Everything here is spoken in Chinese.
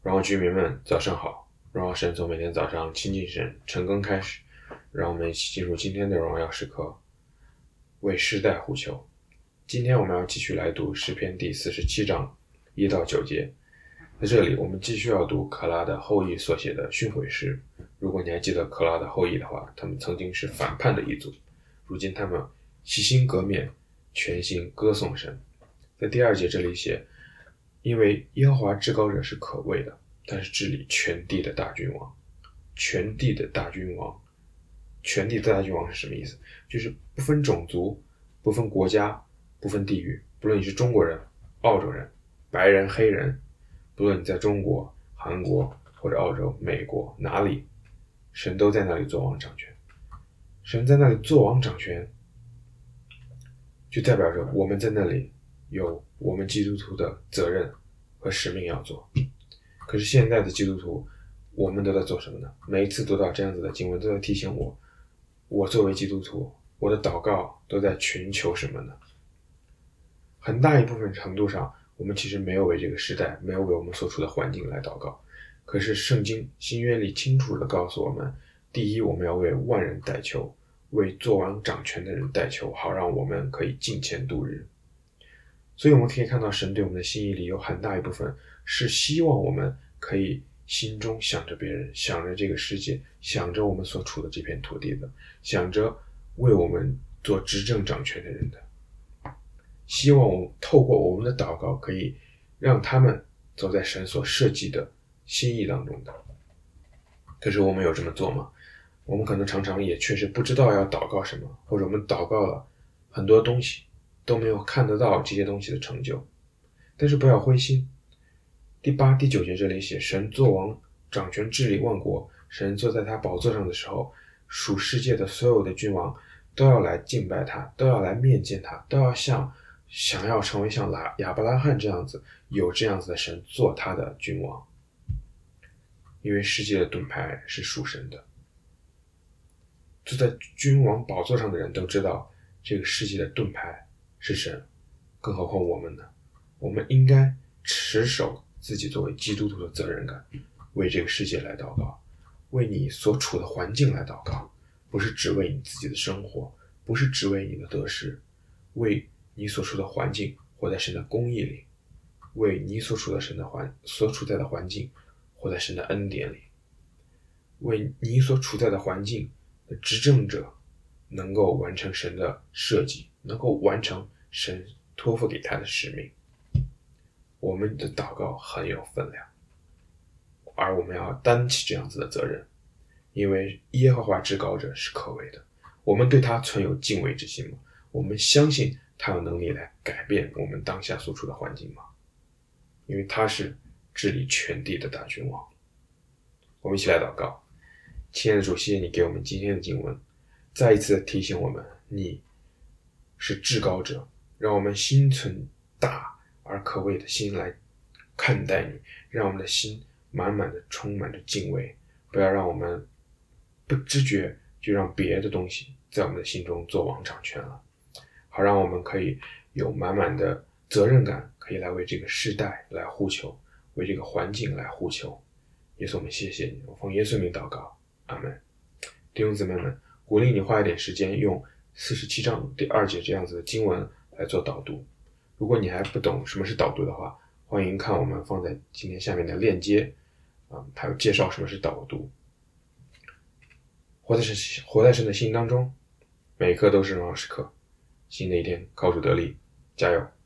荣耀居民们，早上好！荣耀神从每天早上亲近神、晨更开始，让我们一起进入今天的荣耀时刻，为世代呼求。今天我们要继续来读诗篇第47章1到9节。在这里，我们继续要读可拉的后裔所写的训诲诗。如果你还记得可拉的后裔的话，他们曾经是反叛的一族，如今他们洗心革面，全心歌颂神。在第2节这里写，因为耶和华至高者是可畏的，他是治理全地的大君王。全地的大君王，全地的大君王是什么意思？就是不分种族，不分国家，不分地域，不论你是中国人、澳洲人、白人、黑人，不论你在中国、韩国或者澳洲、美国哪里，神都在那里做王掌权。神在那里做王掌权，就代表着我们在那里有我们基督徒的责任和使命要做。可是现在的基督徒，我们都在做什么呢？每一次读到这样子的经文，都在提醒我作为基督徒，我的祷告都在寻求什么呢？很大一部分程度上，我们其实没有为这个时代，没有为我们所处的环境来祷告。可是圣经新约里清楚地告诉我们，第一，我们要为万人代求，为做王掌权的人代求，好让我们可以敬虔度日。所以我们可以看到，神对我们的心意里有很大一部分是希望我们可以心中想着别人，想着这个世界，想着我们所处的这片土地的，想着为我们做执政掌权的人的，希望我们透过我们的祷告可以让他们走在神所设计的心意当中的。可是我们有这么做吗？我们可能常常也确实不知道要祷告什么，或者我们祷告了很多东西都没有看得到这些东西的成就。但是不要灰心，第8、第9节这里写，神作王掌权治理万国，神坐在他宝座上的时候，属世界的所有的君王都要来敬拜他，都要来面见他，都要想要成为像亚伯拉罕这样子，有这样子的神做他的君王。因为世界的盾牌是属神的，坐在君王宝座上的人都知道这个世界的盾牌是神，更何况我们呢？我们应该持守自己作为基督徒的责任感，为这个世界来祷告，为你所处的环境来祷告，不是只为你自己的生活，不是只为你的得失，为你所处的环境活在神的公义里，为你所处在的环境活在神的恩典里，为你所处在的环境的执政者能够完成神的设计，能够完成神托付给他的使命。我们的祷告很有分量，而我们要担起这样子的责任，因为耶和华至高者是可畏的。我们对他存有敬畏之心吗？我们相信他有能力来改变我们当下所处的环境吗？因为他是治理全地的大君王。我们一起来祷告。亲爱的主，谢谢你给我们今天的经文，再一次提醒我们，你是至高者，让我们心存大而可畏的心来看待你，让我们的心满满的充满着敬畏，不要让我们不知觉就让别的东西在我们的心中做王掌权了，好让我们可以有满满的责任感，可以来为这个世代来呼求，为这个环境来呼求。耶稣，我们谢谢你，我奉耶稣名祷告，阿们。弟兄姊妹们，鼓励你花一点时间用47章第2节这样子的经文来做导读。如果你还不懂什么是导读的话，欢迎看我们放在今天下面的链接，还有介绍什么是导读。活在神的心当中，每一刻都是荣耀时刻。新的一天靠主得力，加油！